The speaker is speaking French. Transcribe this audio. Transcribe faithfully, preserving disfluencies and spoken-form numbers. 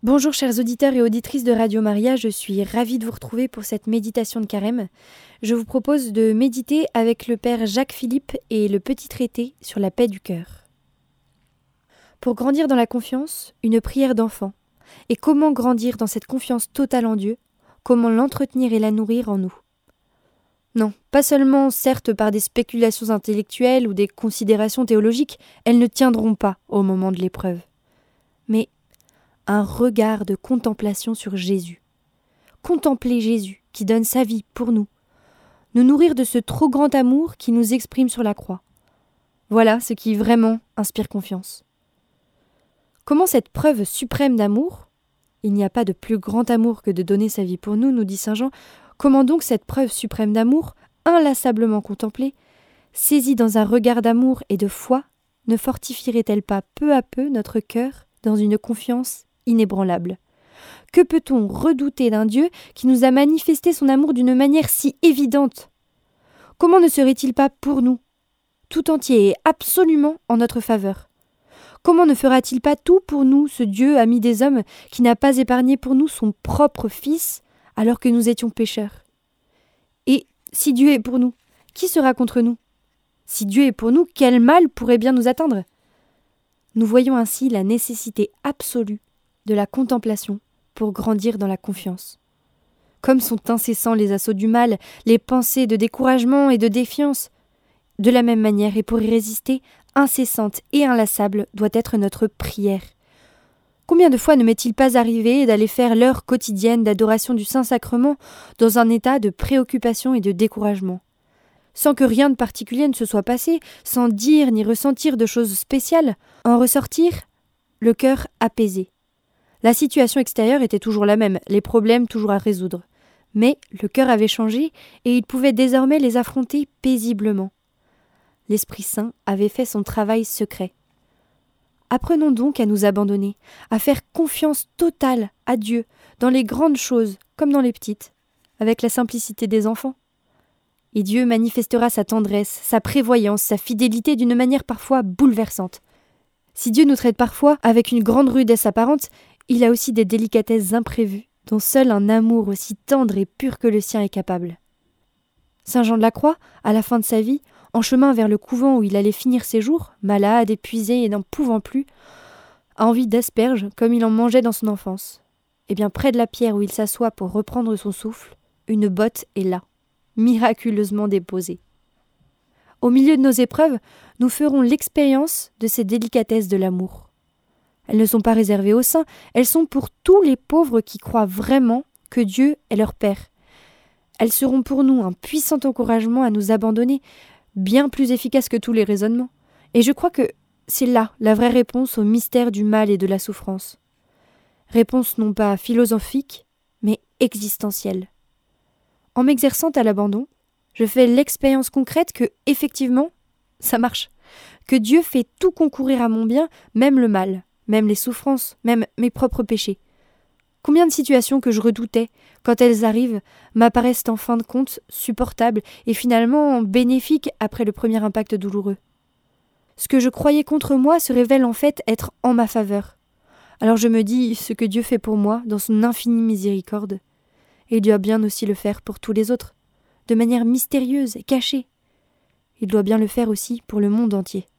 Bonjour chers auditeurs et auditrices de Radio Maria, je suis ravie de vous retrouver pour cette méditation de carême. Je vous propose de méditer avec le Père Jacques-Philippe et le petit traité sur la paix du cœur. Pour grandir dans la confiance, une prière d'enfant. Et comment grandir dans cette confiance totale en Dieu? Comment l'entretenir et la nourrir en nous? Non, pas seulement certes par des spéculations intellectuelles ou des considérations théologiques, elles ne tiendront pas au moment de l'épreuve. Mais un regard de contemplation sur Jésus. Contempler Jésus qui donne sa vie pour nous. Nous nourrir de ce trop grand amour qui nous exprime sur la croix. Voilà ce qui vraiment inspire confiance. Comment cette preuve suprême d'amour, il n'y a pas de plus grand amour que de donner sa vie pour nous, nous dit saint Jean, comment donc cette preuve suprême d'amour, inlassablement contemplée, saisie dans un regard d'amour et de foi, ne fortifierait-elle pas peu à peu notre cœur dans une confiance inébranlable? Que peut-on redouter d'un Dieu qui nous a manifesté son amour d'une manière si évidente? Comment ne serait-il pas pour nous, tout entier et absolument en notre faveur? Comment ne fera-t-il pas tout pour nous, ce Dieu ami des hommes, qui n'a pas épargné pour nous son propre Fils, alors que nous étions pécheurs? Et si Dieu est pour nous, qui sera contre nous? Si Dieu est pour nous, quel mal pourrait bien nous atteindre? Nous voyons ainsi la nécessité absolue de la contemplation pour grandir dans la confiance. Comme sont incessants les assauts du mal, les pensées de découragement et de défiance, de la même manière, et pour y résister, incessante et inlassable doit être notre prière. Combien de fois ne m'est-il pas arrivé d'aller faire l'heure quotidienne d'adoration du Saint-Sacrement dans un état de préoccupation et de découragement, sans que rien de particulier ne se soit passé, sans dire ni ressentir de choses spéciales, en ressortir, le cœur apaisé. La situation extérieure était toujours la même, les problèmes toujours à résoudre. Mais le cœur avait changé et il pouvait désormais les affronter paisiblement. L'Esprit Saint avait fait son travail secret. Apprenons donc à nous abandonner, à faire confiance totale à Dieu, dans les grandes choses comme dans les petites, avec la simplicité des enfants. Et Dieu manifestera sa tendresse, sa prévoyance, sa fidélité d'une manière parfois bouleversante. Si Dieu nous traite parfois avec une grande rudesse apparente, il a aussi des délicatesses imprévues, dont seul un amour aussi tendre et pur que le sien est capable. Saint Jean de la Croix, à la fin de sa vie, en chemin vers le couvent où il allait finir ses jours, malade, épuisé et n'en pouvant plus, a envie d'asperges comme il en mangeait dans son enfance. Et bien près de la pierre où il s'assoit pour reprendre son souffle, une botte est là, miraculeusement déposée. Au milieu de nos épreuves, nous ferons l'expérience de ces délicatesses de l'amour. Elles ne sont pas réservées aux saints, elles sont pour tous les pauvres qui croient vraiment que Dieu est leur Père. Elles seront pour nous un puissant encouragement à nous abandonner, bien plus efficace que tous les raisonnements. Et je crois que c'est là la vraie réponse au mystère du mal et de la souffrance. Réponse non pas philosophique, mais existentielle. En m'exerçant à l'abandon, je fais l'expérience concrète que, effectivement, ça marche. Que Dieu fait tout concourir à mon bien, même le mal, même les souffrances, même mes propres péchés. Combien de situations que je redoutais, quand elles arrivent, m'apparaissent en fin de compte supportables et finalement bénéfiques après le premier impact douloureux. Ce que je croyais contre moi se révèle en fait être en ma faveur. Alors je me dis ce que Dieu fait pour moi dans son infinie miséricorde. Et il doit bien aussi le faire pour tous les autres, de manière mystérieuse et cachée. Il doit bien le faire aussi pour le monde entier.